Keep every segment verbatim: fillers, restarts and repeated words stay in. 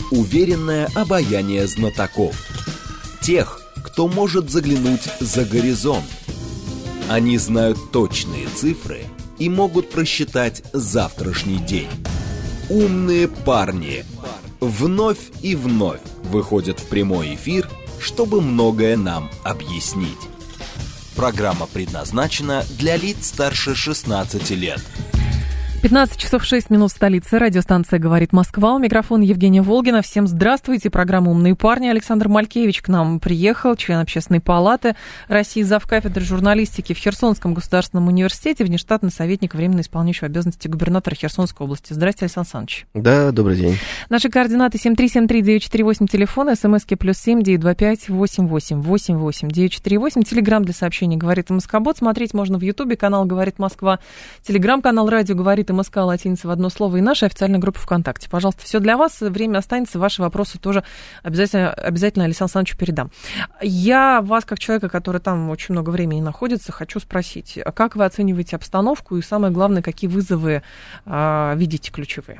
Уверенное обаяние знатоков. Тех, кто может заглянуть за горизонт. Они знают точные цифры и могут просчитать завтрашний день. Умные парни вновь и вновь выходят в прямой эфир, чтобы многое нам объяснить. Программа предназначена для лиц старше шестнадцати лет. пятнадцать часов шесть минут в столице. Радиостанция «Говорит Москва». У микрофона Евгения Волгина. Всем здравствуйте. Программа «Умные парни». Александр Малькевич к нам приехал, член Общественной палаты России, завкафедры журналистики в Херсонском государственном университете, внештатный советник временно исполняющего обязанности губернатора Херсонской области. Здравствуйте, Александр Александрович. Да, добрый день. Наши координаты семь три семь три девять четыре восемь, телефон, смски плюс семь девять два пять восемь восемь восемь восемь девять четыре восемь, телеграмм для сообщений «Говорит Москобот». Смотреть можно в Ютубе, канал «Говорит Москва», телеграм-канал «Радио Говорит МСК», латиница в одно слово, и наша официальная группа ВКонтакте. Пожалуйста, все для вас. Время останется. Ваши вопросы тоже обязательно, обязательно Александру Александровичу передам. Я вас, как человека, который там очень много времени находится, хочу спросить, как вы оцениваете обстановку и, самое главное, какие вызовы а, видите ключевые?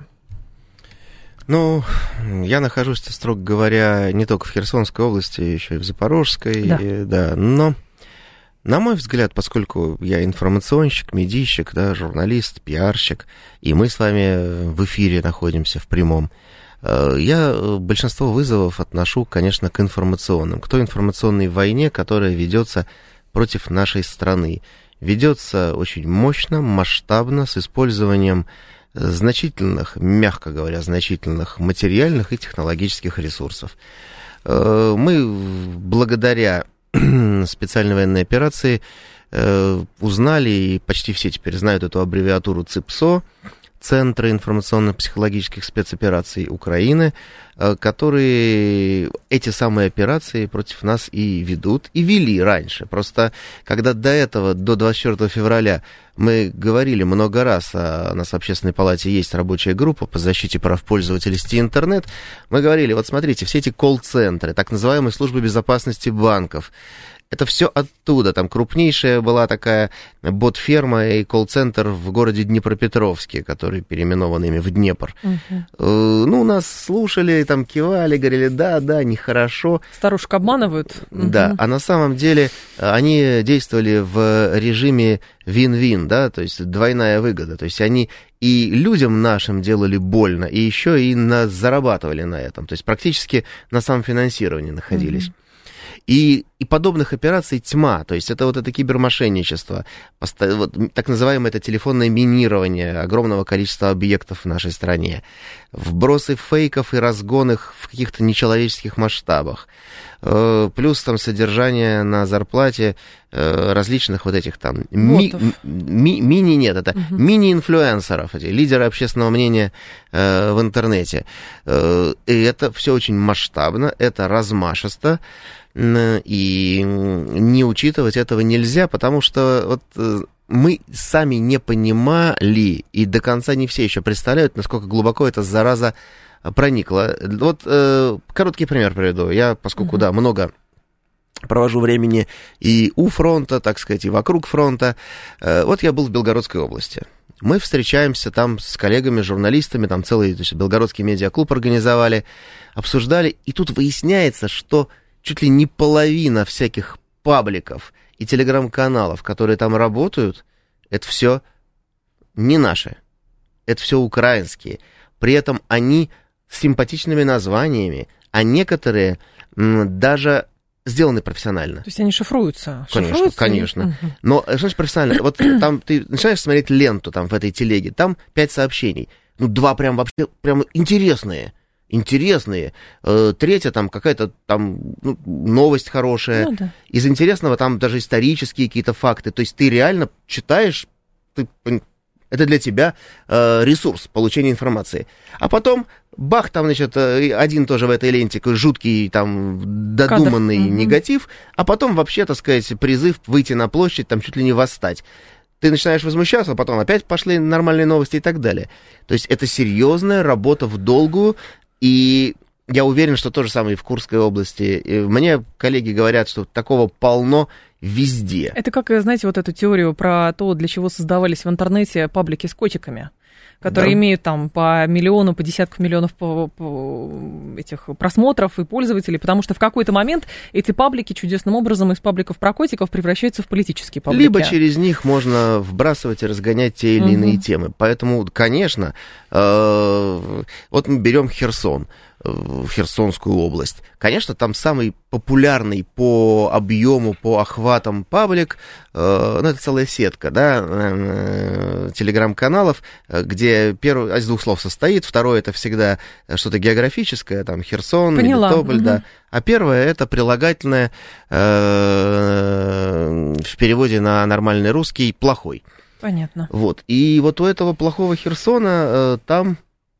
Ну, я нахожусь, строго говоря, не только в Херсонской области, еще и в Запорожской, да, и, да, но... На мой взгляд, поскольку я информационщик, медийщик, да, журналист, пиарщик, и мы с вами в эфире находимся в прямом, я большинство вызовов отношу, конечно, к информационным, к той информационной войне, которая ведется против нашей страны. Ведется очень мощно, масштабно, с использованием значительных, мягко говоря, значительных материальных и технологических ресурсов. Мы благодаря специальной военной операции э, узнали, и почти все теперь знают эту аббревиатуру ЦИПСО, Центры информационно-психологических спецопераций Украины, э, которые эти самые операции против нас и ведут, и вели раньше. Просто когда до этого, до двадцать четвёртого февраля, мы говорили много раз, а у нас в Общественной палате есть рабочая группа по защите прав пользователей сети интернет, мы говорили, вот смотрите, все эти колл-центры, так называемые службы безопасности банков, это все оттуда. Там крупнейшая была такая бот-ферма и колл-центр в городе Днепропетровске, который переименован ими в Днепр. Uh-huh. Ну, нас слушали, там кивали, говорили, да, да, нехорошо. Старушек обманывают. Uh-huh. Да, а на самом деле они действовали в режиме вин-вин, да, то есть двойная выгода. То есть они и людям нашим делали больно, и еще и на, зарабатывали на этом. То есть практически на самофинансировании находились. Uh-huh. И, и подобных операций тьма, то есть это вот это кибермошенничество, вот, так называемое это телефонное минирование огромного количества объектов в нашей стране, вбросы фейков и разгон их в каких-то нечеловеческих масштабах, плюс там содержание на зарплате различных вот этих там ми, ми, мини, нет, это угу. мини-инфлюенсеров, эти лидеры общественного мнения э, в интернете. Э, и это все очень масштабно, это размашисто, э, и не учитывать этого нельзя, потому что вот э, мы сами не понимали, и до конца не все еще представляют, насколько глубоко эта зараза проникла. Вот э, короткий пример приведу. Я, поскольку, угу. да, много провожу времени и у фронта, так сказать, и вокруг фронта. Вот я был в Белгородской области. Мы встречаемся там с коллегами, журналистами, там целый, то есть, белгородский медиаклуб организовали, обсуждали, и тут выясняется, что чуть ли не половина всяких пабликов и телеграм-каналов, которые там работают, это все не наши, это все украинские. При этом они с симпатичными названиями, а некоторые м, даже сделаны профессионально. То есть они шифруются? Конечно, шифруются? конечно. Угу. Но, знаешь, профессионально. Вот там ты начинаешь смотреть ленту там в этой телеге, там пять сообщений. Ну, два прям вообще прям интересные. Интересные. Э, третья там какая-то там ну, новость хорошая. Ну, да. Из интересного там даже исторические какие-то факты. То есть ты реально читаешь, ты... Это для тебя э, ресурс получения информации. А потом, бах, там, значит, один тоже в этой ленте, жуткий, там, додуманный Кадр. негатив, а потом вообще, так сказать, призыв выйти на площадь, там, чуть ли не восстать. Ты начинаешь возмущаться, а потом опять пошли нормальные новости и так далее. То есть это серьезная работа в долгую, и я уверен, что то же самое и в Курской области. И мне коллеги говорят, что такого полно везде. Это как, знаете, вот эту теорию про то, для чего создавались в интернете паблики с котиками. которые да. имеют там по миллиону, по десятку миллионов по, по этих просмотров и пользователей, потому что в какой-то момент эти паблики чудесным образом из пабликов-прокотиков превращаются в политические паблики. Либо через них можно вбрасывать и разгонять те или угу. иные темы. Поэтому, конечно, э, вот мы берем Херсон, в Херсонскую область. Конечно, там самый популярный по объему, по охватам паблик, э, ну, это целая сетка, да, э, телеграм-каналов, где первый из двух слов состоит, второе это всегда что-то географическое, там, Херсон, Поняла. Мелитополь, угу. да, а первое это прилагательное э, в переводе на нормальный русский «плохой». Понятно. Вот, и вот у этого плохого Херсона э, там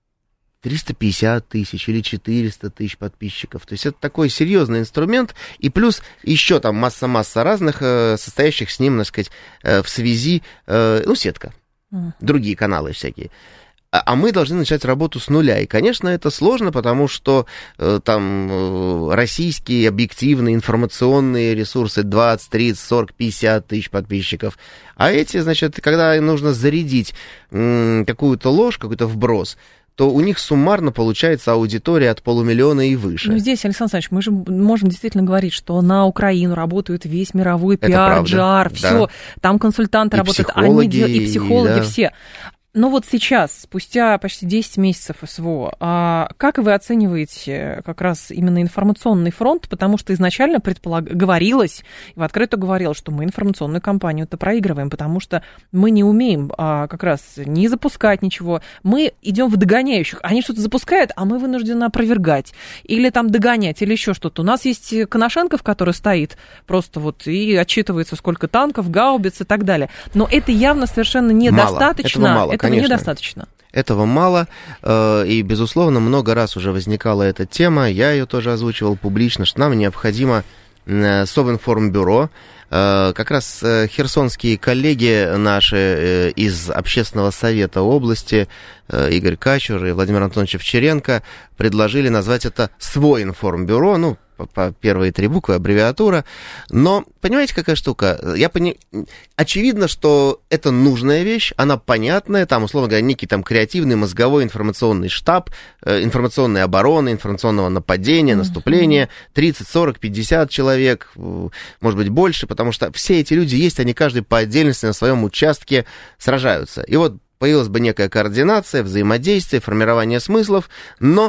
триста пятьдесят тысяч или четыреста тысяч подписчиков. То есть это такой серьезный инструмент. И плюс еще там масса-масса разных, э, состоящих с ним, так сказать, э, в связи, э, ну, сетка, mm. другие каналы всякие. А, а мы должны начать работу с нуля. И, конечно, это сложно, потому что э, там э, российские объективные информационные ресурсы двадцать, тридцать, сорок, пятьдесят тысяч подписчиков. А эти, значит, когда нужно зарядить м, какую-то ложь, какой-то вброс, то у них суммарно получается аудитория от полумиллиона и выше. Ну, здесь, Александр Александрович, мы же можем действительно говорить, что на Украину работают весь мировой пиар, джи ар, да. все, там консультанты и работают, психологи, они, и психологи, и, да. все. Но вот сейчас, спустя почти десять месяцев СВО, а как вы оцениваете как раз именно информационный фронт? Потому что изначально предполаг... говорилось, и в открытую говорилось, что мы информационную кампанию-то проигрываем, потому что мы не умеем а, как раз не запускать ничего. Мы идем в догоняющих. Они что-то запускают, а мы вынуждены опровергать. Или там догонять, или еще что-то. У нас есть Коношенков, который стоит просто вот и отчитывается, сколько танков, гаубиц и так далее. Но это явно совершенно недостаточно. Мало, этого мало. Это Конечно. недостаточно. Этого мало, и, безусловно, много раз уже возникала эта тема, я ее тоже озвучивал публично, что нам необходимо Совинформбюро. Как раз херсонские коллеги наши из Общественного совета области, Игорь Качур и Владимир Антонович Овчаренко, предложили назвать это Своинформбюро, ну, по первые три буквы, аббревиатура. Но, понимаете, какая штука? Я пони... Очевидно, что это нужная вещь, она понятная, там, условно говоря, некий там креативный мозговой информационный штаб, э, информационной обороны, информационного нападения, mm-hmm. наступления, тридцать, сорок, пятьдесят человек, может быть, больше, потому что все эти люди есть, они каждый по отдельности на своем участке сражаются. И вот появилась бы некая координация, взаимодействие, формирование смыслов, но...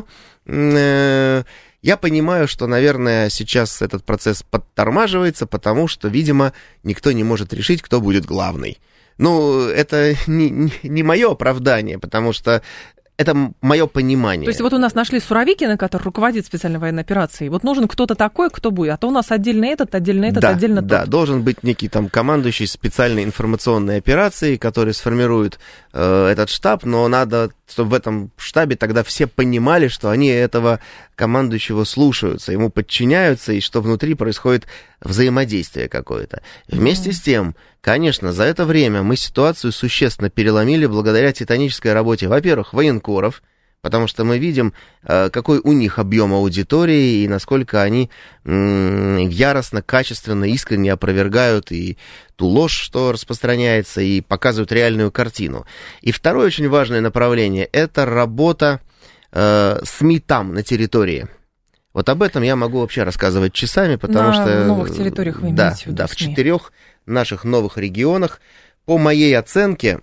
Э, Я понимаю, что, наверное, сейчас этот процесс подтормаживается, потому что, видимо, никто не может решить, кто будет главный. Ну, это не, не, не мое оправдание, потому что это мое понимание. То есть вот у нас нашли Суровикина, который руководит специальной военной операцией. Вот нужен кто-то такой, кто будет. А то у нас отдельно этот, отдельно этот, да, отдельно тот. Да, должен быть некий там командующий специальной информационной операцией, который сформирует э, этот штаб, но надо, чтобы в этом штабе тогда все понимали, что они этого командующего слушаются, ему подчиняются, и что внутри происходит взаимодействие какое-то. Вместе mm. с тем, конечно, за это время мы ситуацию существенно переломили благодаря титанической работе, во-первых, военкоров, потому что мы видим, какой у них объем аудитории и насколько они яростно, качественно, искренне опровергают и ту ложь, что распространяется, и показывают реальную картину. И второе очень важное направление – это работа э, СМИ там, на территории. Вот об этом я могу вообще рассказывать часами, потому на что... На новых территориях вы да, имеете в виду да, СМИ. в четырех наших новых регионах, по моей оценке,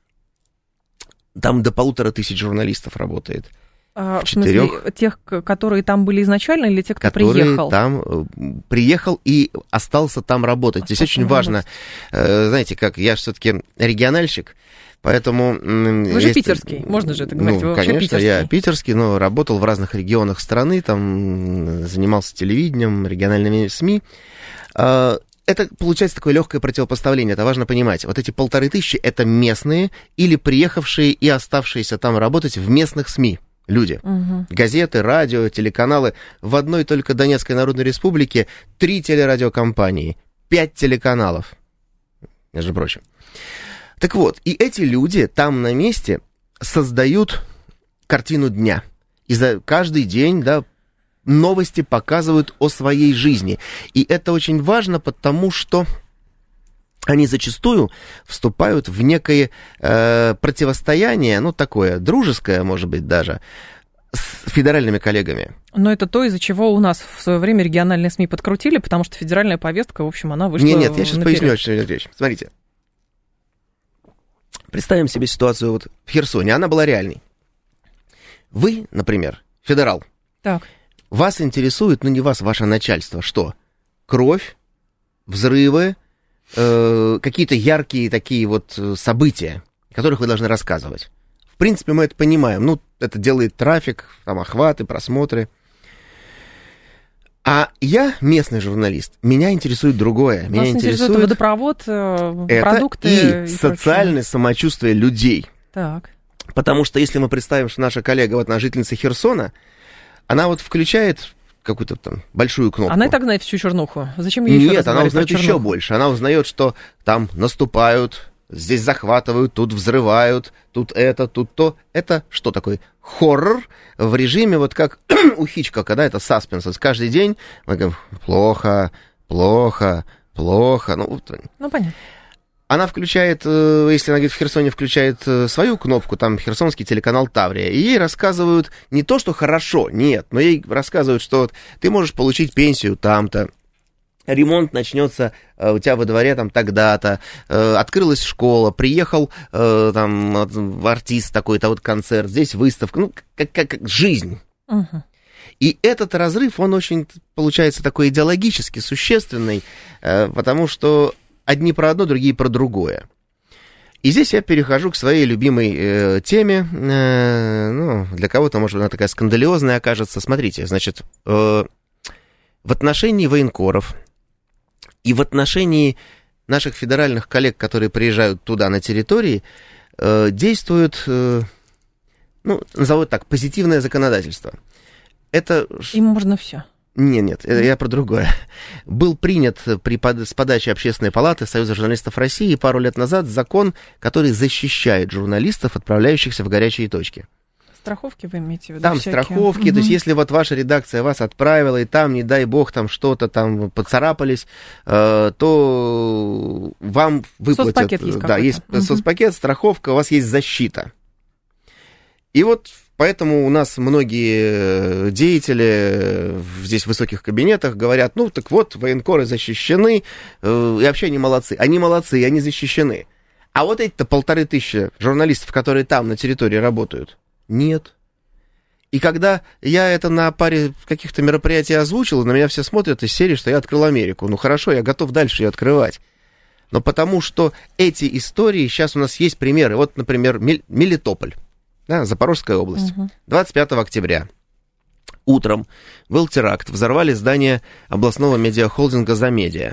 там до полутора тысяч журналистов работает. А, в, в четырех, смысле, тех, которые там были изначально, или те, кто которые приехал? там приехал и остался там работать. Остался Здесь очень важно, работать. Знаете, как я все-таки региональщик, поэтому... Вы есть... же питерский, можно же это говорить, ну, вы конечно, питерский. Я питерский, но работал в разных регионах страны, там занимался телевидением, региональными СМИ. Это получается такое легкое противопоставление, это важно понимать. Вот эти полторы тысячи — это местные или приехавшие и оставшиеся там работать в местных СМИ люди. Угу. Газеты, радио, телеканалы. В одной только Донецкой Народной Республике три телерадиокомпании, пять телеканалов, между прочим. Так вот, и эти люди там на месте создают картину дня. И за каждый день, да, новости показывают о своей жизни. И это очень важно, потому что они зачастую вступают в некое э, противостояние, ну, такое дружеское, может быть, даже, с федеральными коллегами. Но это то, из-за чего у нас в свое время региональные СМИ подкрутили, потому что федеральная повестка, в общем, она вышла. Нет, нет, я сейчас наперед. поясню, о чем идет речь. Смотрите. Представим себе ситуацию вот в Херсоне. Она была реальной. Вы, например, федерал. Так. Вас интересует, ну не вас, ваше начальство, что? Кровь, взрывы, э, какие-то яркие такие вот события, о которых вы должны рассказывать. В принципе, мы это понимаем. Ну, это делает трафик, там, охваты, просмотры. А я местный журналист. Меня интересует другое. Вас Меня интересует интересует водопровод, это продукты и, и социальное прочее. самочувствие людей. Так. Потому что если мы представим, что наша коллега, вот она жительница Херсона, она вот включает какую-то там большую кнопку. Она и так знает всю чернуху. Зачем ей еще Нет, раз она говорить про узнает еще чернуху? больше. Она узнает, что там наступают, здесь захватывают, тут взрывают, тут это, тут то. Это что такое? Хоррор в режиме, вот как у Хичкока, да, это саспенс. Вот каждый день мы говорим, плохо, плохо, плохо. Ну, вот. Ну, понятно. Она включает, если она говорит, в Херсоне включает свою кнопку, там херсонский телеканал Таврия, и ей рассказывают не то, что хорошо, нет, но ей рассказывают, что вот ты можешь получить пенсию там-то, ремонт начнется у тебя во дворе там тогда-то, открылась школа, приехал там артист такой-то, вот концерт, здесь выставка, ну, как, как, как жизнь. Угу. И этот разрыв, он очень, получается, такой идеологически существенный, потому что одни про одно, другие про другое. И здесь я перехожу к своей любимой э, теме. Э, ну, для кого-то, может быть, она такая скандалиозная окажется. Смотрите, значит, э, в отношении военкоров и в отношении наших федеральных коллег, которые приезжают туда, на территории, э, действует, э, ну, назову так, позитивное законодательство. Это... Им можно все. Нет, нет, mm-hmm. я про другое. Был принят при под... с подачи Общественной палаты Союза журналистов России пару лет назад закон, который защищает журналистов, отправляющихся в горячие точки. Страховки вы имеете в виду? Там всякие? страховки, mm-hmm. то есть если вот ваша редакция вас отправила, и там, не дай бог, там что-то там поцарапались, э, то вам выплатят... Соцпакет есть да, какой-то. есть Mm-hmm. соцпакет, страховка, у вас есть защита. И вот... Поэтому у нас многие деятели здесь в высоких кабинетах говорят, ну так вот, военкоры защищены, э, и вообще они молодцы. Они молодцы, и они защищены. А вот эти-то полторы тысячи журналистов, которые там на территории работают, нет. И когда я это на паре каких-то мероприятий озвучил, на меня все смотрят из серии, что я открыл Америку. Ну хорошо, я готов дальше ее открывать. Но потому что эти истории, сейчас у нас есть примеры. Вот, например, Мелитополь. Да, Запорожская область. Uh-huh. двадцать пятого октября утром был теракт. Взорвали здание областного медиахолдинга «Замедиа».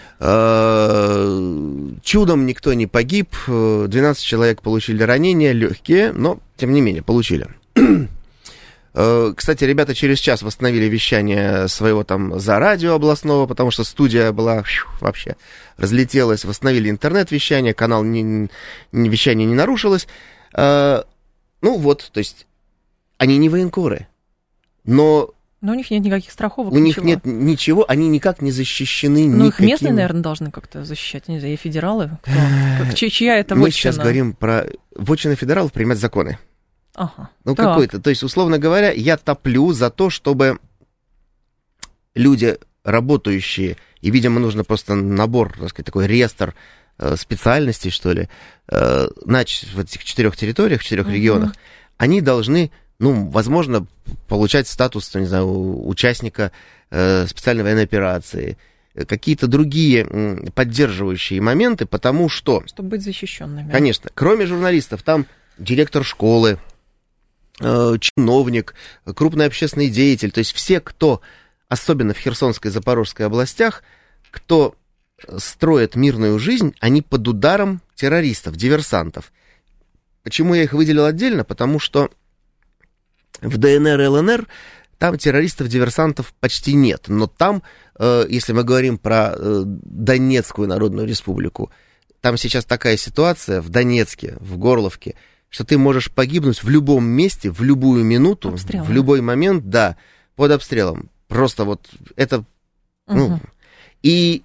Чудом никто не погиб. двенадцать человек получили ранения, легкие, но, тем не менее, получили. Кстати, ребята через час восстановили вещание своего там за радио областного, потому что студия была фью, вообще разлетелась. Восстановили интернет-вещание, канал не, не, вещание не нарушилось. Ну вот, то есть, они не военкоры, но... Но у них нет никаких страховок, У ничего. них нет ничего, они никак не защищены Ну, никаким... их местные, наверное, должны как-то защищать, не знаю, и федералы. Кто? Как, чья это вотчина? Мы сейчас говорим про... Вотчина федералов принимать законы. Ага. Ну, так. какой-то, то есть, условно говоря, я топлю за то, чтобы люди, работающие, и, видимо, нужно просто набор, так сказать, такой реестр специальностей, что ли, э, на в этих четырех территориях, в четырех uh-huh. регионах, они должны, ну, возможно, получать статус, не знаю, участника э, специальной военной операции, какие-то другие м, поддерживающие моменты, потому что... Чтобы быть защищенными. Конечно, кроме журналистов, там директор школы, э, чиновник, крупный общественный деятель, то есть все, кто, особенно в Херсонской и Запорожской областях, кто... строят мирную жизнь, они под ударом террористов, диверсантов. Почему я их выделил отдельно? Потому что в ДНР и ЛНР там террористов-диверсантов почти нет. Но там, э, если мы говорим про э, Донецкую Народную Республику, там сейчас такая ситуация в Донецке, в Горловке, что ты можешь погибнуть в любом месте, в любую минуту, Обстрелом. в любой момент, да, под обстрелом. Просто вот это... Ну, угу. И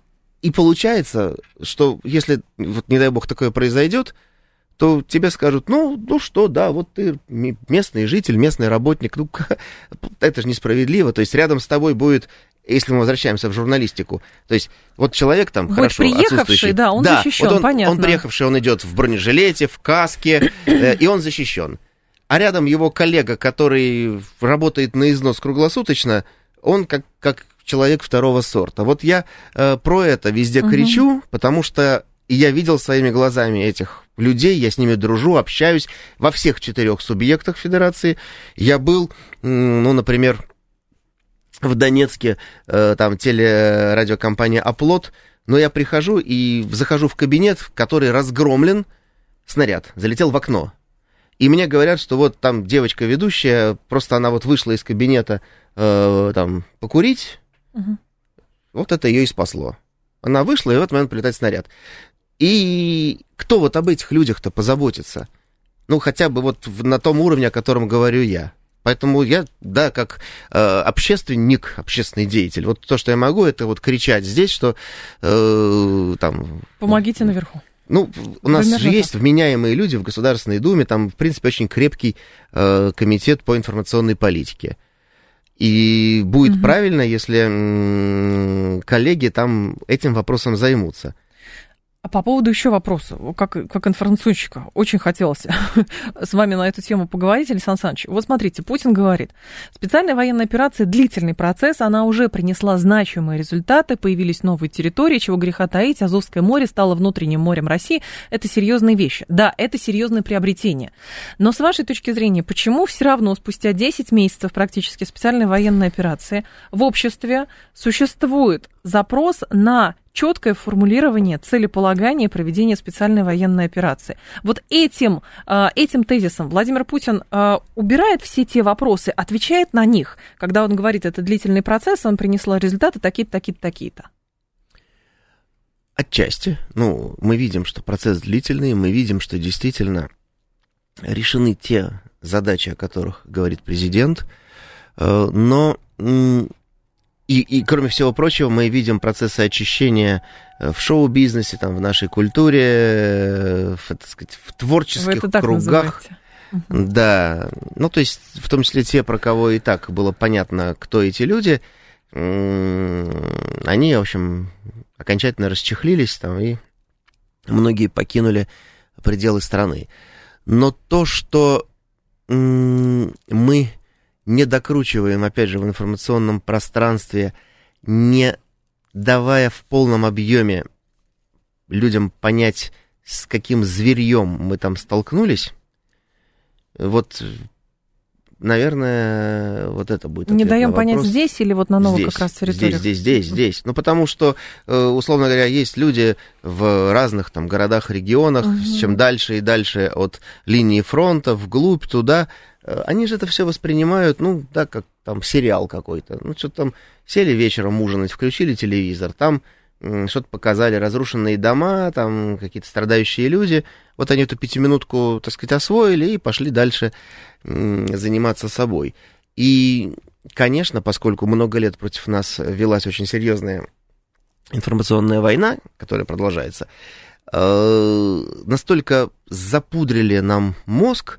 И получается, что если, вот, не дай бог, такое произойдет, то тебе скажут, ну, ну что, да, вот ты местный житель, местный работник, ну, это же несправедливо, то есть рядом с тобой будет, если мы возвращаемся в журналистику, то есть вот человек там будет хорошо приехавший, да, он да, защищен, вот он, понятно. Он приехавший, он идет в бронежилете, в каске, э, и он защищен. А рядом его коллега, который работает на износ круглосуточно, он как, как человек второго сорта. Вот я э, про это везде кричу, угу. потому что я видел своими глазами этих людей, я с ними дружу, общаюсь во всех четырех субъектах федерации. Я был, ну, например, в Донецке, э, там телерадиокомпания «Оплот», но я прихожу и захожу в кабинет, который разгромлен, снаряд залетел в окно. И мне говорят, что вот там девочка-ведущая, просто она вот вышла из кабинета э, там покурить, угу. вот это ее и спасло. Она вышла, и в этот момент прилетает снаряд. И кто вот об этих людях-то позаботится? Ну, хотя бы вот на том уровне, о котором говорю я. Поэтому я, да, как э, общественник, общественный деятель, вот то, что я могу, это вот кричать здесь, что э, там... Помогите наверху. Ну, у нас Примерно же так. есть вменяемые люди в Государственной Думе, там, в принципе, очень крепкий э, комитет по информационной политике. И будет угу. правильно, если м- коллеги там этим вопросом займутся. А по поводу еще вопроса, как, как информационщика, очень хотелось с вами на эту тему поговорить, Александр Александрович. Вот смотрите, Путин говорит, специальная военная операция – длительный процесс, она уже принесла значимые результаты, появились новые территории, чего греха таить, Азовское море стало внутренним морем России. Это серьезные вещи. Да, это серьезное приобретение. Но с вашей точки зрения, почему все равно спустя десять месяцев практически специальной военной операции в обществе существует запрос на четкое формулирование целеполагания проведения специальной военной операции? Вот этим, этим тезисом Владимир Путин убирает все те вопросы, отвечает на них, когда он говорит, это длительный процесс, он принесла результаты такие-то, такие-то, такие-то. Отчасти. Ну, мы видим, что процесс длительный, мы видим, что действительно решены те задачи, о которых говорит президент, но... И, и, кроме всего прочего, мы видим процессы очищения в шоу-бизнесе, там, в нашей культуре, в, так сказать, в творческих Вы это так кругах. Называете. Да, ну, то есть, в том числе те, про кого и так было понятно, кто эти люди, они, в общем, окончательно расчехлились, там, и многие покинули пределы страны. Но то, что мы... не докручиваем, опять же, в информационном пространстве, не давая в полном объеме людям понять, с каким зверьем мы там столкнулись, вот, наверное, вот это будет ответ. Не даем на понять вопрос. Здесь или вот на новых здесь, как раз территориях? Здесь, здесь, здесь, здесь. Ну, потому что, условно говоря, есть люди в разных там городах, регионах, угу. чем дальше и дальше от линии фронта, вглубь, туда. Они же это все воспринимают, ну, да, как там сериал какой-то. Ну, что-то там сели вечером ужинать, включили телевизор, там м, что-то показали, разрушенные дома, там какие-то страдающие люди. Вот они эту пятиминутку, так сказать, освоили и пошли дальше м, заниматься собой. И, конечно, поскольку много лет против нас велась очень серьезная информационная война, которая продолжается, э, настолько запудрили нам мозг,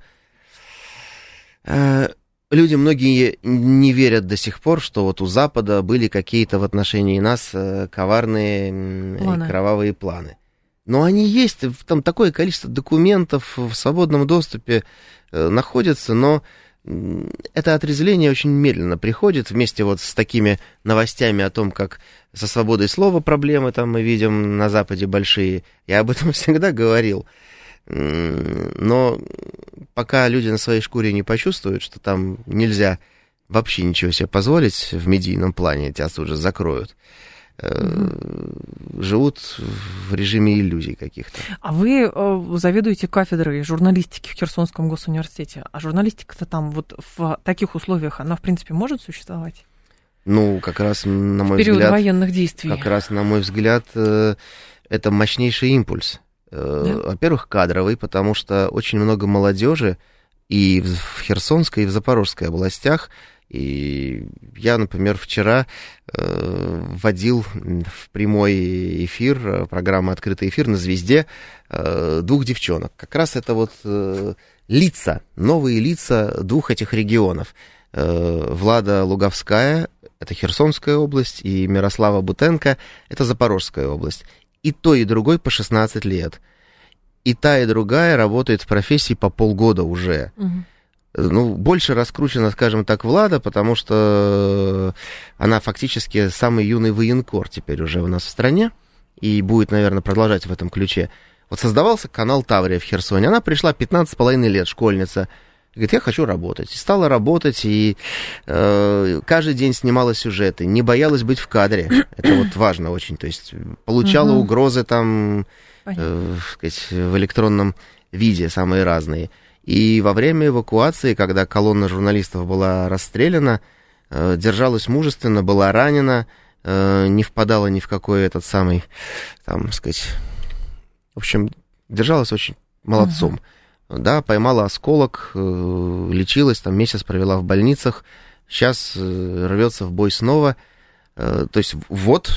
люди многие не верят до сих пор, что вот у Запада были какие-то в отношении нас коварные планы. Кровавые планы. Но они есть, там такое количество документов в свободном доступе находится, но это отрезвление очень медленно приходит вместе вот с такими новостями о том, как со свободой слова проблемы там мы видим на Западе большие. Я об этом всегда говорил. Но пока люди на своей шкуре не почувствуют, что там нельзя вообще ничего себе позволить в медийном плане, тебя тут же закроют, mm-hmm. живут в режиме иллюзий каких-то. А вы заведуете кафедрой журналистики в Херсонском госуниверситете, а журналистика-то там вот в таких условиях, она в принципе может существовать? Ну, как раз, на мой в период взгляд... военных действий. Как раз, на мой взгляд, это мощнейший импульс. Да. Во-первых, кадровый, потому что очень много молодежи и в Херсонской, и в Запорожской областях, И я, например, вчера э, вводил в прямой эфир, программа «Открытый эфир» на «Звезде» э, двух девчонок. Как раз это вот э, лица, новые лица двух этих регионов. Э, Влада Луговская, это Херсонская область, и Мирослава Бутенко, это Запорожская область. И то, и другой по шестнадцать лет. И та, и другая работает в профессии по полгода уже. Угу. Ну, больше раскручена, скажем так, Влада, потому что она фактически самый юный военкор теперь уже у нас в стране, и будет, наверное, продолжать в этом ключе. Вот создавался канал «Таврия» в Херсоне. Она пришла пятнадцать с половиной лет, школьница. Говорит, я хочу работать. И стала работать, и э, каждый день снимала сюжеты, не боялась быть в кадре. Это вот важно очень. То есть получала угу. угрозы там, э, сказать, в электронном виде, самые разные. И во время эвакуации, когда колонна журналистов была расстреляна, э, держалась мужественно, была ранена, э, не впадала ни в какой этот самый, там, сказать, в общем, держалась очень молодцом. Uh-huh. Да, поймала осколок, э, лечилась, там месяц провела в больницах, сейчас э, рвется в бой снова. Э, то есть вот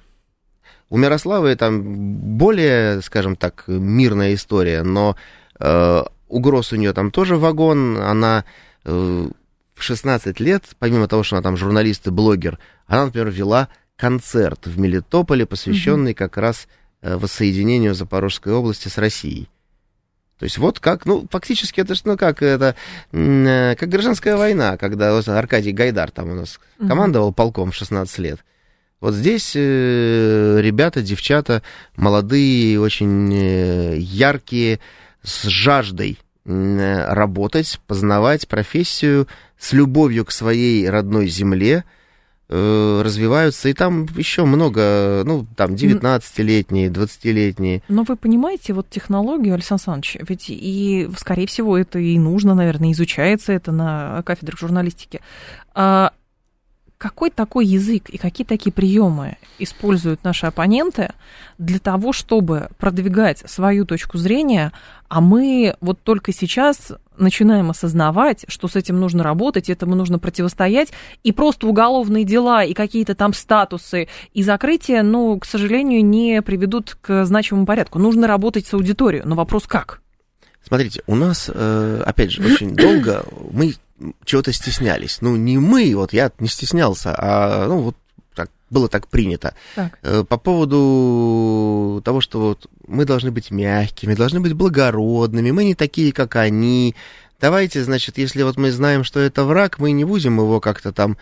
у Мирославы там более, скажем так, мирная история, но... Э, угроз у нее там тоже вагон, она э, в шестнадцать лет, помимо того, что она там журналист и блогер, она, например, вела концерт в Мелитополе, посвященный mm-hmm. как раз э, воссоединению Запорожской области с Россией. То есть вот как, ну, фактически это, ну, как это, э, как гражданская война, когда вот, Аркадий Гайдар там у нас mm-hmm. командовал полком в шестнадцать лет. Вот здесь э, ребята, девчата, молодые, очень э, яркие, с жаждой работать, познавать профессию, с любовью к своей родной земле э, развиваются. И там еще много, ну, там девятнадцатилетние, двадцатилетние. Но вы понимаете вот технологию, Александр Александрович, ведь и, скорее всего, это и нужно, наверное, изучается это на кафедре журналистики. А какой такой язык и какие такие приемы используют наши оппоненты для того, чтобы продвигать свою точку зрения, а мы вот только сейчас начинаем осознавать, что с этим нужно работать, этому нужно противостоять, и просто уголовные дела и какие-то там статусы и закрытия, ну, к сожалению, не приведут к значимому порядку. Нужно работать с аудиторией, но вопрос как? Смотрите, у нас, опять же, очень долго мы чего-то стеснялись. Ну, не мы, вот я не стеснялся, а, ну, вот так, было так принято. Так. По поводу того, что вот мы должны быть мягкими, должны быть благородными, мы не такие, как они. Давайте, значит, если вот мы знаем, что это враг, мы не будем его как-то там,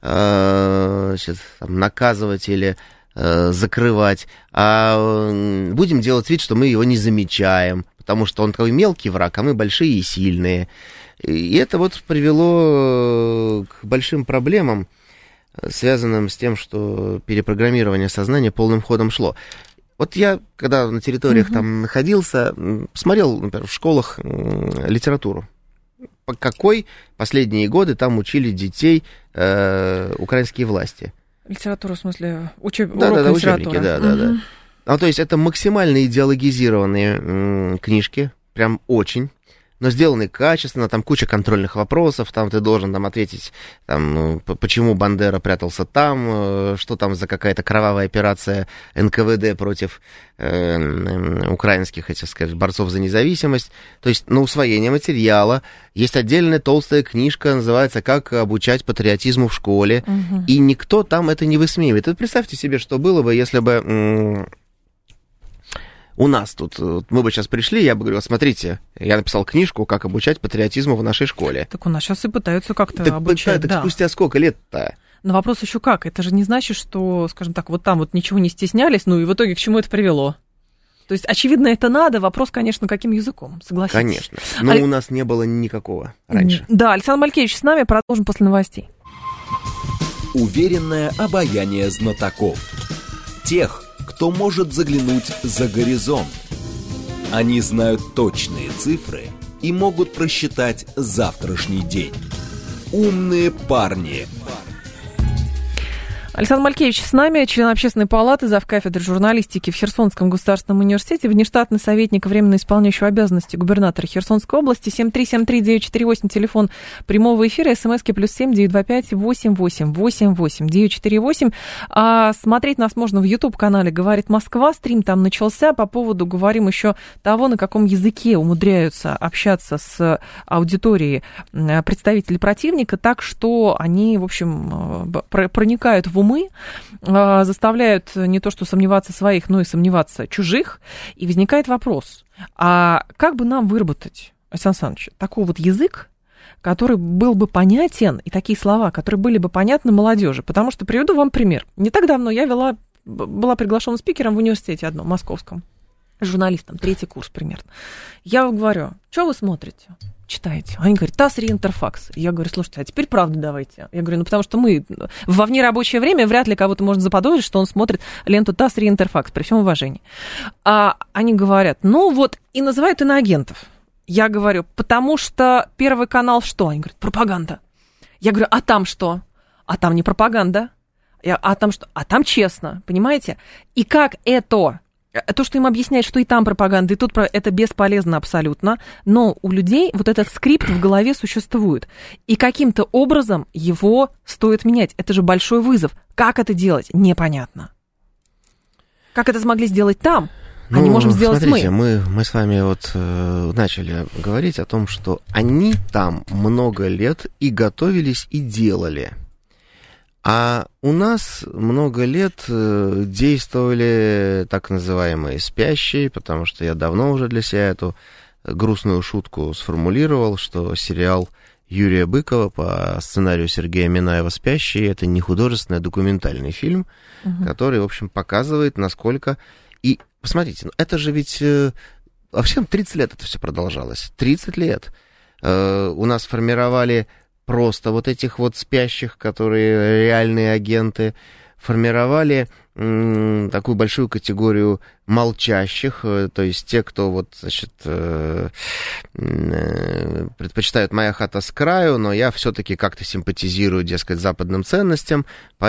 э, значит, там наказывать или э, закрывать, а будем делать вид, что мы его не замечаем, потому что он такой мелкий враг, а мы большие и сильные. И это вот привело к большим проблемам, связанным с тем, что перепрограммирование сознания полным ходом шло. Вот я, когда на территориях угу. там находился, смотрел, например, в школах литературу. По какой последние годы там учили детей э, украинские власти? Литературу, в смысле, учеб... да, урок да, да, литературы. Учебники, да, да, угу. да. Ну, то есть это максимально идеологизированные м, книжки, прям очень. Но сделаны качественно, там куча контрольных вопросов, там ты должен там ответить, там, почему Бандера прятался там, что там за какая-то кровавая операция эн ка вэ дэ против э, украинских, этих, скажем, борцов за независимость. То есть на усвоение материала есть отдельная толстая книжка, называется «Как обучать патриотизму в школе», угу. и никто там это не высмеивает. Вот представьте себе, что было бы, если бы... М- У нас тут, мы бы сейчас пришли, я бы говорил, смотрите, я написал книжку «Как обучать патриотизму в нашей школе». Так у нас сейчас и пытаются как-то так, обучать. Так да. спустя сколько лет-то? Но вопрос еще как? Это же не значит, что, скажем так, вот там вот ничего не стеснялись, ну и в итоге к чему это привело? То есть, очевидно, это надо. Вопрос, конечно, каким языком, согласитесь. Конечно. Но а... у нас не было никакого раньше. Да, Александр Малькевич с нами, продолжим после новостей. Уверенное обаяние знатоков. Тех, кто может заглянуть за горизонт. Они знают точные цифры и могут просчитать завтрашний день. Умные парни. Александр Малькевич с нами, член Общественной палаты, завкафедры журналистики в Херсонском государственном университете, внештатный советник, временно исполняющий обязанности губернатора Херсонской области. семь три семь три девять четыре восемь, телефон прямого эфира, смски плюс семь девятьсот двадцать пять восемьдесят восемь восемьдесят восемь девятьсот четырнуть восемь. А смотреть нас можно в YouTube-канале «Говорит Москва», стрим там начался. По поводу говорим еще того, на каком языке умудряются общаться с аудиторией представители противника, так что они, в общем, проникают в умы, заставляют не то что сомневаться своих, но и сомневаться чужих. И возникает вопрос, а как бы нам выработать, Александр Александрович, такой вот язык, который был бы понятен, и такие слова, которые были бы понятны молодежи? Потому что приведу вам пример. Не так давно я вела, была приглашенным спикером в университете одном, московском, журналистом, третий курс примерно. Я говорю, что вы смотрите? Читаете. Они говорят, ТАСС, РИА, Интерфакс. Я говорю, слушайте, а теперь правду давайте. Я говорю, ну потому что мы во внерабочее время вряд ли кого-то можно заподозрить, что он смотрит ленту ТАСС, РИА, Интерфакс, при всем уважении. А они говорят, ну вот, и называют иноагентов. Я говорю, потому что Первый канал что? Они говорят, пропаганда. Я говорю, а там что? А там не пропаганда. Я, а там что? А там честно, понимаете? И как это... То, что им объясняют, что и там пропаганда, и тут это бесполезно абсолютно, но у людей вот этот скрипт в голове существует, и каким-то образом его стоит менять. Это же большой вызов. Как это делать? Непонятно. Как это смогли сделать там, а ну, не можем сделать смотрите, мы? мы? Мы с вами вот э, начали говорить о том, что они там много лет и готовились, и делали. А у нас много лет действовали так называемые спящие, потому что я давно уже для себя эту грустную шутку сформулировал, что сериал Юрия Быкова по сценарию Сергея Минаева «Спящие» — это не художественный, а документальный фильм, угу. который, в общем, показывает, насколько... И, посмотрите, ну это же ведь... Вообще тридцать лет это все продолжалось. тридцать лет. У нас формировали... просто вот этих вот спящих, которые реальные агенты, формировали м, такую большую категорию молчащих, то есть те, кто вот, значит, э, э, предпочитают «моя хата с краю», но я все-таки как-то симпатизирую, дескать, западным ценностям,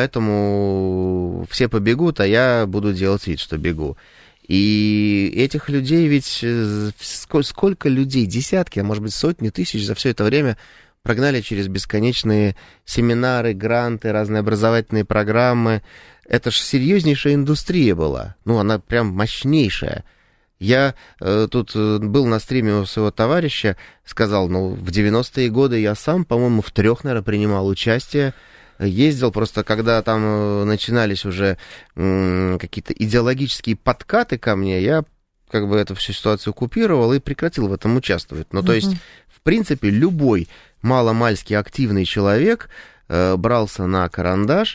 поэтому все побегут, а я буду делать вид, что бегу. И этих людей ведь сколько, сколько людей, десятки, а может быть сотни тысяч за все это время прогнали через бесконечные семинары, гранты, разные образовательные программы. Это ж серьезнейшая индустрия была. Ну, она прям мощнейшая. Я э, тут был на стриме у своего товарища, сказал, ну, в девяностые годы я сам, по-моему, в трех, наверное, принимал участие. Ездил просто, когда там начинались уже м- какие-то идеологические подкаты ко мне, я как бы эту всю ситуацию купировал и прекратил в этом участвовать. Ну, то uh-huh. есть, в принципе, любой маломальски активный человек э, брался на карандаш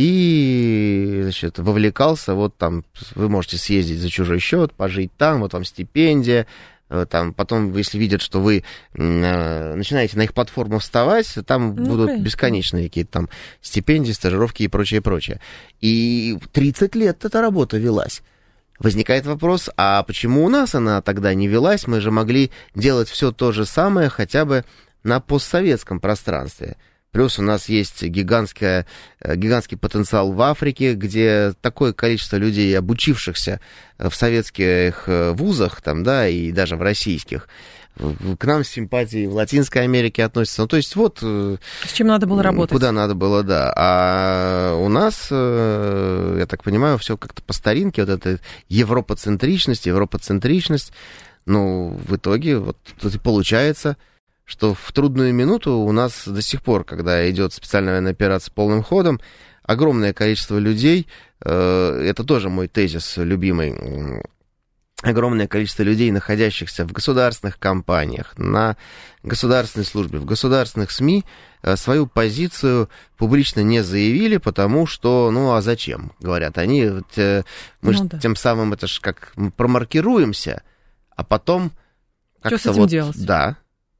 и, значит, вовлекался, вот там, вы можете съездить за чужой счет, пожить там, вот вам стипендия, э, там, потом, если видят, что вы э, начинаете на их платформу вставать, там ну, будут конечно. бесконечные какие-то там стипендии, стажировки и прочее, прочее. И тридцать лет эта работа велась. Возникает вопрос, а почему у нас она тогда не велась? Мы же могли делать все то же самое хотя бы на постсоветском пространстве. Плюс у нас есть гигантская, гигантский потенциал в Африке, где такое количество людей, обучившихся в советских вузах, там, да, и даже в российских, к нам с симпатией в Латинской Америке относятся. Ну, то есть вот... С чем надо было работать. Куда надо было, да. А у нас, я так понимаю, все как-то по старинке, вот эта европоцентричность, европоцентричность, ну, в итоге вот тут и получается... что в трудную минуту у нас до сих пор, когда идет специальная военная операция полным ходом, огромное количество людей, э, это тоже мой тезис любимый, огромное количество людей, находящихся в государственных компаниях, на государственной службе, в государственных СМИ, э, свою позицию публично не заявили, потому что, ну, а зачем, говорят они, вот, э, мы ну, ж, да. тем самым, это ж как мы промаркируемся, а потом... Что с этим вот, делать? Да.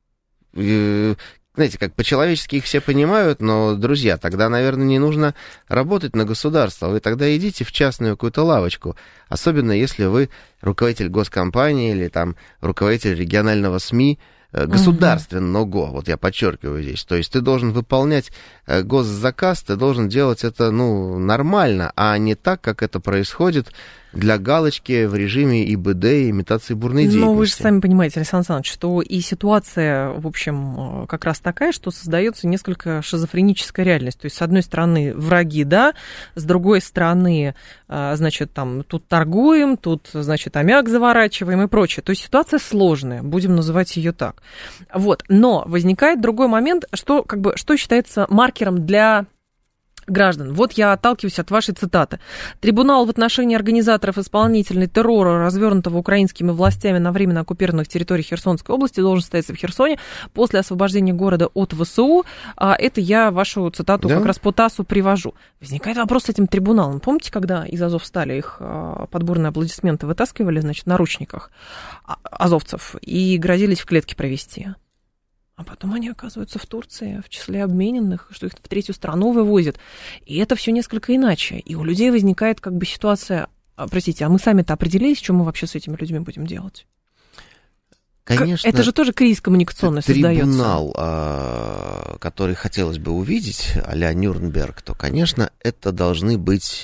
Знаете, как по-человечески их все понимают, но, друзья, тогда, наверное, не нужно работать на государство. Вы тогда идите в частную какую-то лавочку. Особенно, если вы руководитель госкомпании или там руководитель регионального СМИ. государственного, вот я подчеркиваю здесь. То есть ты должен выполнять госзаказ, ты должен делать это, ну, нормально, а не так, как это происходит для галочки в режиме ИБД и имитации бурной деятельности. Но вы же сами понимаете, Александр Александрович, что и ситуация, в общем, как раз такая, что создается несколько шизофреническая реальность. То есть, с одной стороны, враги, да, с другой стороны, значит, там, тут торгуем, тут, значит, аммиак заворачиваем и прочее. То есть, ситуация сложная, будем называть ее так. Вот, но возникает другой момент, что, как бы, что считается маркером для граждан. Вот я отталкиваюсь от вашей цитаты. Трибунал в отношении организаторов исполнительной террора, развернутого украинскими властями на временно оккупированных территориях Херсонской области, должен состояться в Херсоне после освобождения города от ВСУ. А это я вашу цитату да? как раз по ТАССу привожу. Возникает вопрос с этим трибуналом. Помните, когда из Азовстали их подборные аплодисменты вытаскивали, значит, в наручниках азовцев и грозились в клетки провести? А потом они оказываются в Турции, в числе обмененных, что их в третью страну вывозят. И это все несколько иначе. И у людей возникает как бы ситуация, простите, а мы сами-то определились, что мы вообще с этими людьми будем делать? Конечно, это же тоже кризис коммуникационный создается. Трибунал, который хотелось бы увидеть, а-ля Нюрнберг, то, конечно, это должны быть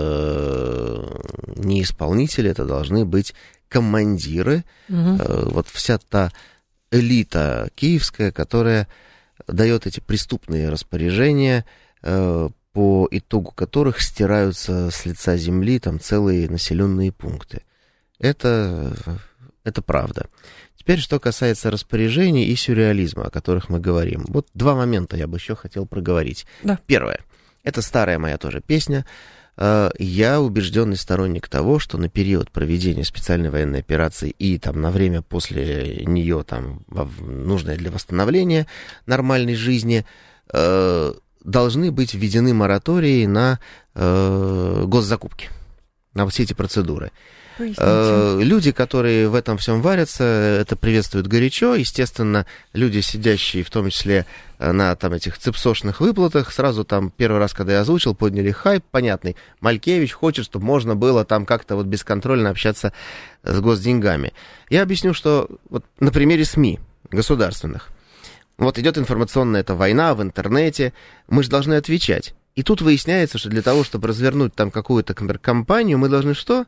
не исполнители, это должны быть командиры. Угу. Вот вся та элита киевская, которая дает эти преступные распоряжения, э, по итогу которых стираются с лица земли там целые населенные пункты. Это, это правда. Теперь, что касается распоряжений и сюрреализма, о которых мы говорим. Вот два момента я бы еще хотел проговорить. Да. Первое. Это старая моя тоже песня. Я убежденный сторонник того, что на период проведения специальной военной операции и там, на время после нее, там, нужное для восстановления нормальной жизни, э, должны быть введены моратории на э, госзакупки, на все эти процедуры. Э, люди, которые в этом всем варятся, это приветствуют горячо. Естественно, люди, сидящие в том числе на там, этих цепсошных выплатах, сразу там первый раз, когда я озвучил, подняли хайп, понятный. Малькевич хочет, чтобы можно было там как-то вот бесконтрольно общаться с госденьгами. Я объясню, что вот на примере СМИ государственных. Вот идет информационная эта война в интернете, мы же должны отвечать. И тут выясняется, что для того, чтобы развернуть там какую-то кампанию, мы должны что?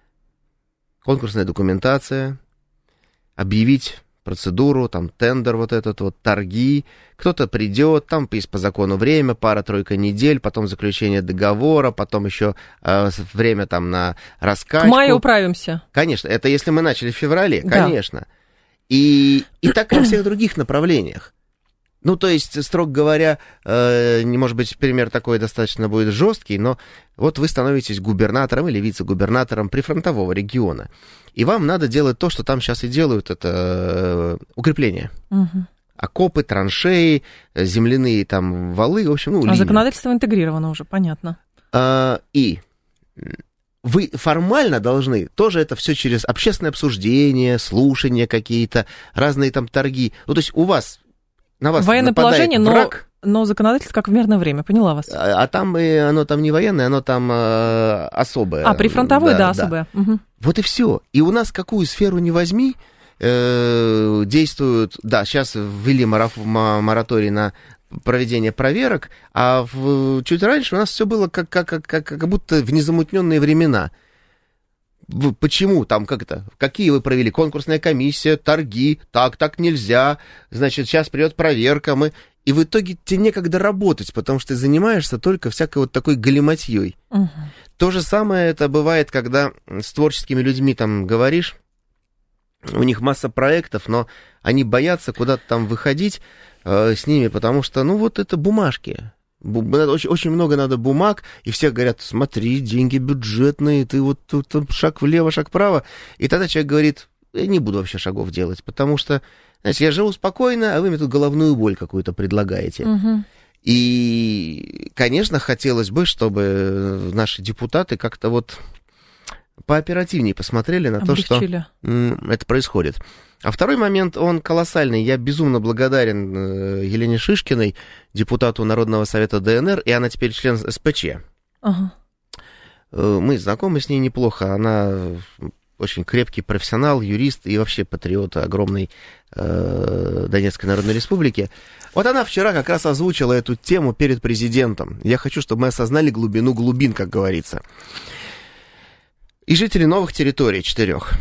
Конкурсная документация, объявить процедуру, там тендер вот этот вот, торги, кто-то придет, там есть по закону время, пара-тройка недель, потом заключение договора, потом еще э, время там на раскачку. К маю управимся. Конечно, это если мы начали в феврале, конечно. Да. И, и так во всех других направлениях. Ну, то есть, строго говоря, э, не может быть, пример такой достаточно будет жесткий, но вот вы становитесь губернатором или вице-губернатором прифронтового региона, и вам надо делать то, что там сейчас и делают, это э, укрепления. Угу. Окопы, траншеи, земляные там валы, в общем, ну, линии. А законодательство интегрировано уже, понятно. А, и вы формально должны тоже это все через общественное обсуждение, слушания какие-то, разные там торги. Ну, то есть у вас... На вас военное положение, враг, но, но законодательство как в мирное время, поняла вас. А, а там и оно там не военное, оно там э, особое. А, прифронтовое, да, да, особое. Угу. Вот и все. И у нас какую сферу не возьми, э, действуют, да, сейчас ввели мараф, мораторий на проведение проверок, а в, чуть раньше у нас все было как, как, как, как будто в незамутненные времена. Почему там, как это, какие вы провели? Конкурсная комиссия, торги, так, так нельзя, значит, сейчас придет проверка, мы... И в итоге тебе некогда работать, потому что ты занимаешься только всякой вот такой галиматьей. Угу. То же самое это бывает, когда с творческими людьми там говоришь, у них масса проектов, но они боятся куда-то там выходить э, с ними, потому что, ну, вот это бумажки. Очень, очень много надо бумаг, и все говорят, смотри, деньги бюджетные, ты вот тут шаг влево, шаг вправо. И тогда человек говорит, я не буду вообще шагов делать, потому что, знаете, я живу спокойно, а вы мне тут головную боль какую-то предлагаете. Угу. И, конечно, хотелось бы, чтобы наши депутаты как-то вот пооперативнее посмотрели на Облегчили. То, что это происходит. А второй момент, он колоссальный. Я безумно благодарен Елене Шишкиной, депутату Народного совета ДНР, и она теперь член СПЧ. Ага. Мы знакомы с ней неплохо. Она очень крепкий профессионал, юрист и вообще патриот огромной э, Донецкой Народной Республики. Вот она вчера как раз озвучила эту тему перед президентом. Я хочу, чтобы мы осознали глубину глубин, как говорится. И жители новых территорий, четырех.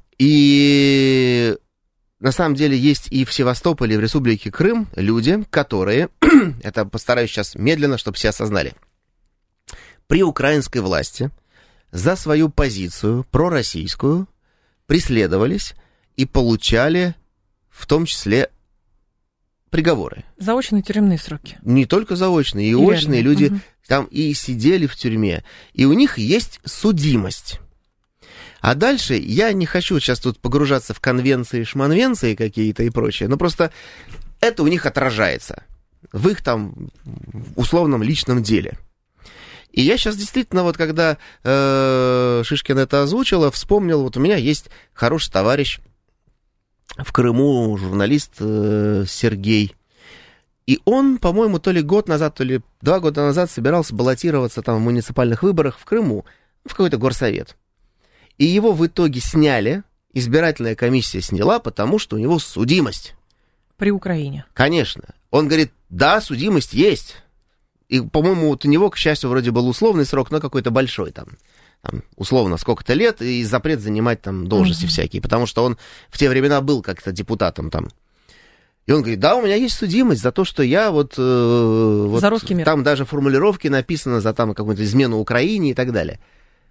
И на самом деле есть и в Севастополе, и в Республике Крым люди, которые, это постараюсь сейчас медленно, чтобы все осознали, при украинской власти за свою позицию пророссийскую преследовались и получали в том числе приговоры. Заочные тюремные сроки. Не только заочные, и, и очные люди угу. там и сидели в тюрьме. И у них есть судимость. А дальше я не хочу сейчас тут погружаться в конвенции, шманвенции какие-то и прочее, но просто это у них отражается в их там условном личном деле. И я сейчас действительно, вот когда э, Шишкина это озвучила, вспомнил, вот у меня есть хороший товарищ в Крыму, журналист э, Сергей. И он, по-моему, то ли год назад, то ли два года назад собирался баллотироваться там в муниципальных выборах в Крыму, в какой-то горсовет. И его в итоге сняли, избирательная комиссия сняла, потому что у него судимость. При Украине. Конечно. Он говорит, да, судимость есть. И, по-моему, вот у него, к счастью, вроде был условный срок, но какой-то большой там. Там условно сколько-то лет, и запрет занимать там должности mm-hmm. всякие, потому что он в те времена был как-то депутатом там. И он говорит, да, у меня есть судимость за то, что я вот... Э, вот за русский мир. Там даже формулировки написаны за там какую-то измену Украине и так далее.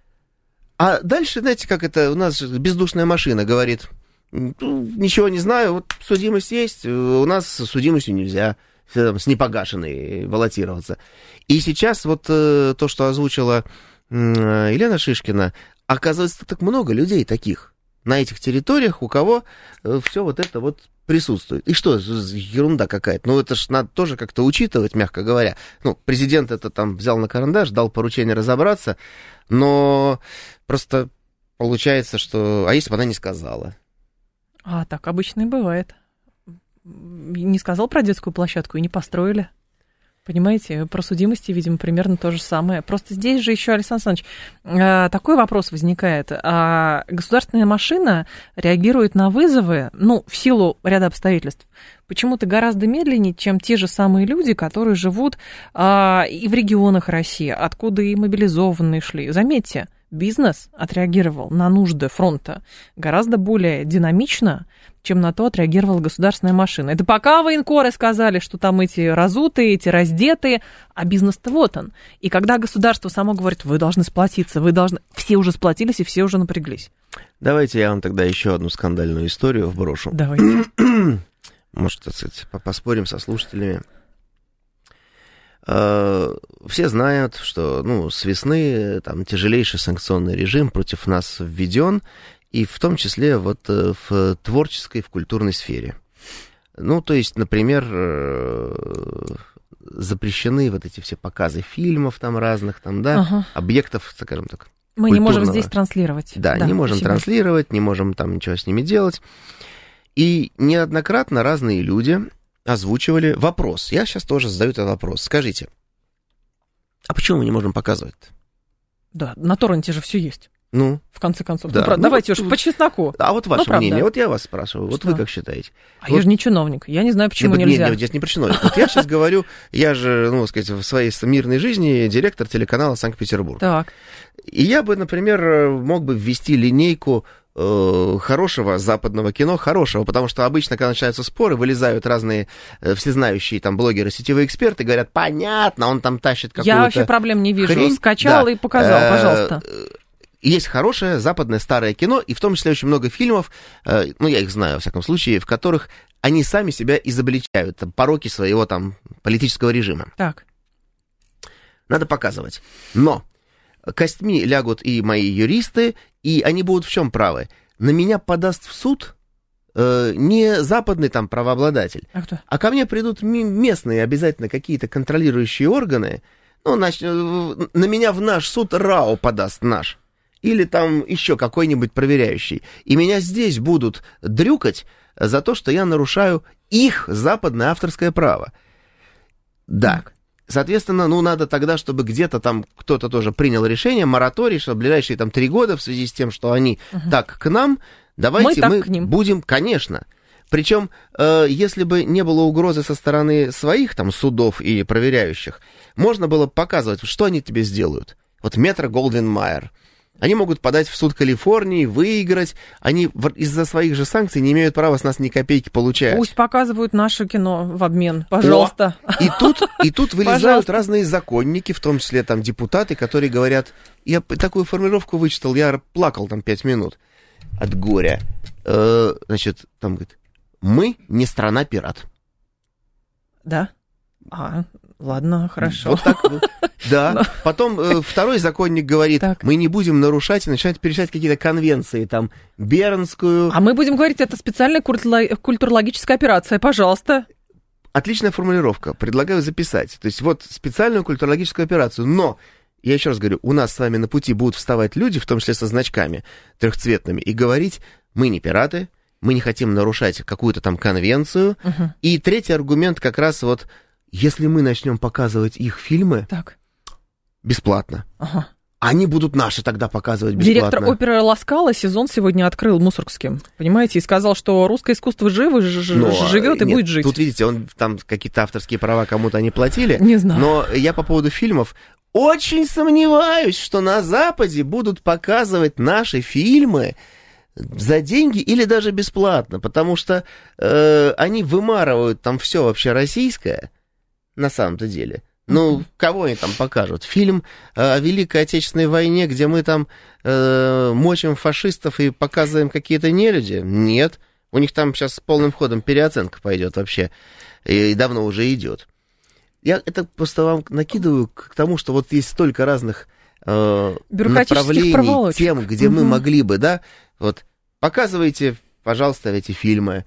А дальше, знаете, как это, у нас бездушная машина говорит, ничего не знаю, вот судимость есть, у нас с судимостью нельзя с непогашенной баллотироваться. И сейчас вот э, то, что озвучила э, Елена Шишкина, оказывается, так много людей таких на этих территориях, у кого э, все вот это вот присутствует. И что, ерунда какая-то. Ну, это ж надо тоже как-то учитывать, мягко говоря. Ну, президент это там взял на карандаш, дал поручение разобраться, но просто получается, что... А если бы она не сказала? А так обычно и бывает. Не сказал про детскую площадку и не построили. Понимаете, про судимости, видимо, примерно то же самое. Просто здесь же еще, Александр Александрович, такой вопрос возникает. Государственная машина реагирует на вызовы, ну, в силу ряда обстоятельств, почему-то гораздо медленнее, чем те же самые люди, которые живут а, и в регионах России, откуда и мобилизованные шли. Заметьте, бизнес отреагировал на нужды фронта гораздо более динамично, чем на то отреагировала государственная машина. Это пока военкоры сказали, что там эти разутые, эти раздетые, а бизнес-то вот он. И когда государство само говорит, вы должны сплотиться, вы должны... Все уже сплотились и все уже напряглись. Давайте я вам тогда еще одну скандальную историю вброшу. Давайте. Может, так сказать, поспорим со слушателями. Все знают, что ну, с весны там, тяжелейший санкционный режим против нас введен, и в том числе вот в творческой, в культурной сфере. Ну, то есть, например, запрещены вот эти все показы фильмов там разных, там, да, ага. объектов, скажем так. Мы не можем здесь транслировать. Да, да не можем спасибо. транслировать, не можем там ничего с ними делать. И неоднократно разные люди озвучивали вопрос. Я сейчас тоже задаю этот вопрос. Скажите, а почему мы не можем показывать-то? Да, на торренте же все есть. Ну, в конце концов. Да. Ну, ну, давайте вот, уж по чесноку. А вот ваше ну, мнение, вот я вас спрашиваю, вот что? Вы как считаете? А вот... я же не чиновник, я не знаю, почему нет, нельзя. Нет, нет, здесь не про чиновник. Вот я сейчас говорю, я же, ну, сказать, в своей мирной жизни директор телеканала Санкт-Петербург. Так. И я бы, например, мог бы ввести линейку э, хорошего западного кино, хорошего, потому что обычно, когда начинаются споры, вылезают разные э, всезнающие там блогеры, сетевые эксперты, говорят, понятно, он там тащит какую-то Я вообще проблем не вижу, хрень. Скачал да. и показал, э, пожалуйста. Есть хорошее западное старое кино, и в том числе очень много фильмов, э, ну, я их знаю, во всяком случае, в которых они сами себя изобличают, там, пороки своего там политического режима. Так. Надо показывать. Но костьми лягут и мои юристы, и они будут в чем правы? На меня подаст в суд э, не западный там правообладатель, а, кто? а ко мне придут местные обязательно какие-то контролирующие органы, ну, нач... на меня в наш суд РАО подаст наш. Или там еще какой-нибудь проверяющий. И меня здесь будут дрюкать за то, что я нарушаю их западное авторское право. Да. Так. Соответственно, ну, надо тогда, чтобы где-то там кто-то тоже принял решение, мораторий, что в ближайшие там три года в связи с тем, что они угу. так к нам, давайте мы, мы будем, конечно. Причем, э, если бы не было угрозы со стороны своих там судов и проверяющих, можно было показывать, что они тебе сделают. Вот Метро Голдвин Майер. Они могут подать в суд Калифорнии, выиграть. Они из-за своих же санкций не имеют права с нас ни копейки получать. Пусть показывают наше кино в обмен, пожалуйста. О, и тут, и тут вылезают пожалуйста. Разные законники, в том числе там депутаты, которые говорят, я такую формулировку вычитал, я плакал там пять минут от горя. Э, значит, там говорит, мы не страна-пират. Да? А, ладно, хорошо. Вот так, да. Но... Потом э, второй законник говорит, так. мы не будем нарушать и начинать перечислять какие-то конвенции, там, Бернскую. А мы будем говорить, это специальная культурологическая операция, пожалуйста. Отличная формулировка, предлагаю записать. То есть вот специальную культурологическую операцию, но, я еще раз говорю, у нас с вами на пути будут вставать люди, в том числе со значками трехцветными, и говорить, мы не пираты, мы не хотим нарушать какую-то там конвенцию. Угу. И третий аргумент как раз вот, если мы начнем показывать их фильмы так. бесплатно, ага. они будут наши тогда показывать бесплатно. Директор оперы «Ла Скала» сезон сегодня открыл Мусоргским, понимаете, и сказал, что русское искусство живо, ж- но, живет и нет, будет жить. Тут, видите, он там какие-то авторские права кому-то они платили. Не знаю. Но я по поводу фильмов очень сомневаюсь, что на Западе будут показывать наши фильмы за деньги или даже бесплатно, потому что э, они вымарывают там все вообще российское, на самом-то деле. Ну, кого они там покажут? Фильм э, о Великой Отечественной войне, где мы там э, мочим фашистов и показываем какие-то нелюди? Нет. У них там сейчас с полным ходом переоценка пойдет вообще, и, и давно уже идет. Я это просто вам накидываю к тому, что вот есть столько разных э, направлений, тем, где угу. мы могли бы, да, вот, показывайте, пожалуйста, эти фильмы,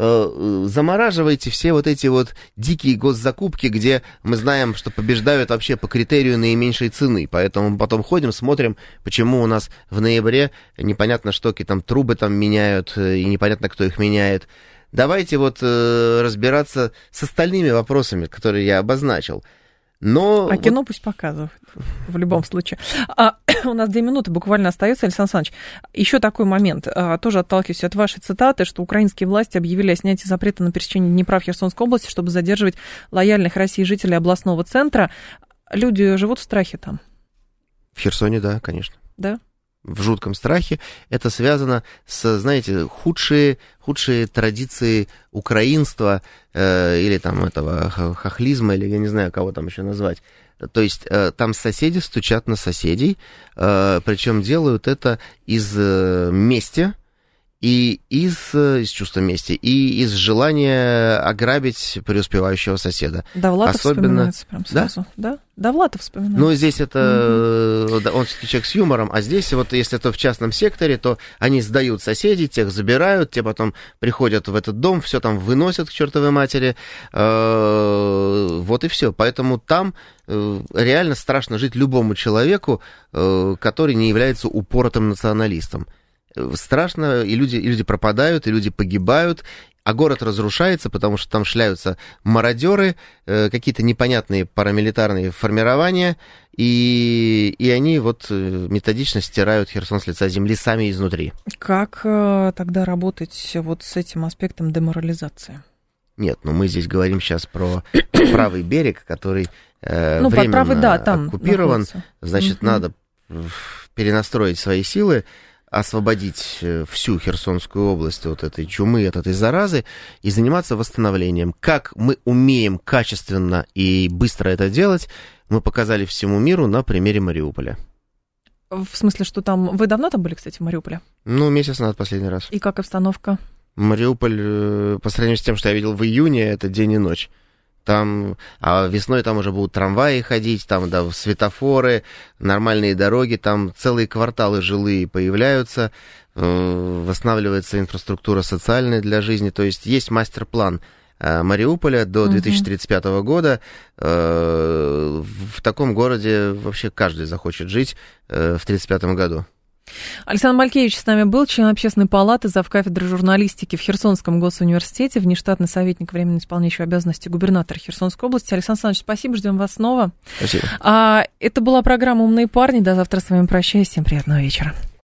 э, замораживайте все вот эти вот дикие госзакупки, где мы знаем, что побеждают вообще по критерию наименьшей цены, поэтому мы потом ходим, смотрим, почему у нас в ноябре непонятно что, какие там трубы там меняют, и непонятно, кто их меняет. Давайте вот э, разбираться с остальными вопросами, которые я обозначил. Но а вот... кино пусть показывают, в любом случае. А, у нас две минуты буквально остается, Александр Александрович. Еще такой момент, а, тоже отталкиваюсь от вашей цитаты, что украинские власти объявили о снятии запрета на пересечение Днепра в Херсонской области, чтобы задерживать лояльных России жителей областного центра. Люди живут в страхе там? В Херсоне, да, конечно. Да? В жутком страхе. Это связано с, знаете, худшие, худшие традиции украинства э, или там этого хохлизма, или я не знаю, кого там еще назвать. То есть э, там соседи стучат на соседей, э, причем делают это из э, мести, и из, из чувства мести, и из желания ограбить преуспевающего соседа. Довлатов Особенно... вспоминается прям сразу. Да? Да? Довлатов вспоминается. Ну, здесь это... Угу. Он все-таки человек с юмором, а здесь вот если это в частном секторе, то они сдают соседей, тех забирают, те потом приходят в этот дом, все там выносят к чертовой матери. Вот и все. Поэтому там реально страшно жить любому человеку, который не является упоротым националистом. Страшно, и люди, и люди пропадают, и люди погибают, а город разрушается, потому что там шляются мародеры, э, какие-то непонятные парамилитарные формирования, и, и они вот методично стирают Херсон с лица земли сами изнутри. Как э, тогда работать вот с этим аспектом деморализации? Нет, ну мы здесь говорим сейчас про правый берег, который э, ну, временно правый, да, там оккупирован, находится. Значит, угу. надо перенастроить свои силы, освободить всю Херсонскую область от этой чумы, от этой заразы и заниматься восстановлением. Как мы умеем качественно и быстро это делать, мы показали всему миру на примере Мариуполя. В смысле, что там... Вы давно там были, кстати, в Мариуполе? Ну, месяц назад последний раз. И как обстановка? Мариуполь, по сравнению с тем, что я видел в июне, это день и ночь. Там, а весной там уже будут трамваи ходить, там, да, светофоры, нормальные дороги, там целые кварталы жилые появляются, э, восстанавливается инфраструктура социальная для жизни, то есть есть мастер-план э, Мариуполя до две тысячи тридцать пятого года. Э, в таком городе вообще каждый захочет жить э, в тридцать пятом году. Александр Малькевич с нами был, член Общественной палаты, завкафедры журналистики в Херсонском госуниверситете, внештатный советник, временно исполняющий обязанности губернатора Херсонской области. Александр Александрович, спасибо, ждем вас снова. Спасибо. А, это была программа «Умные парни». До завтра с вами прощаюсь. Всем приятного вечера.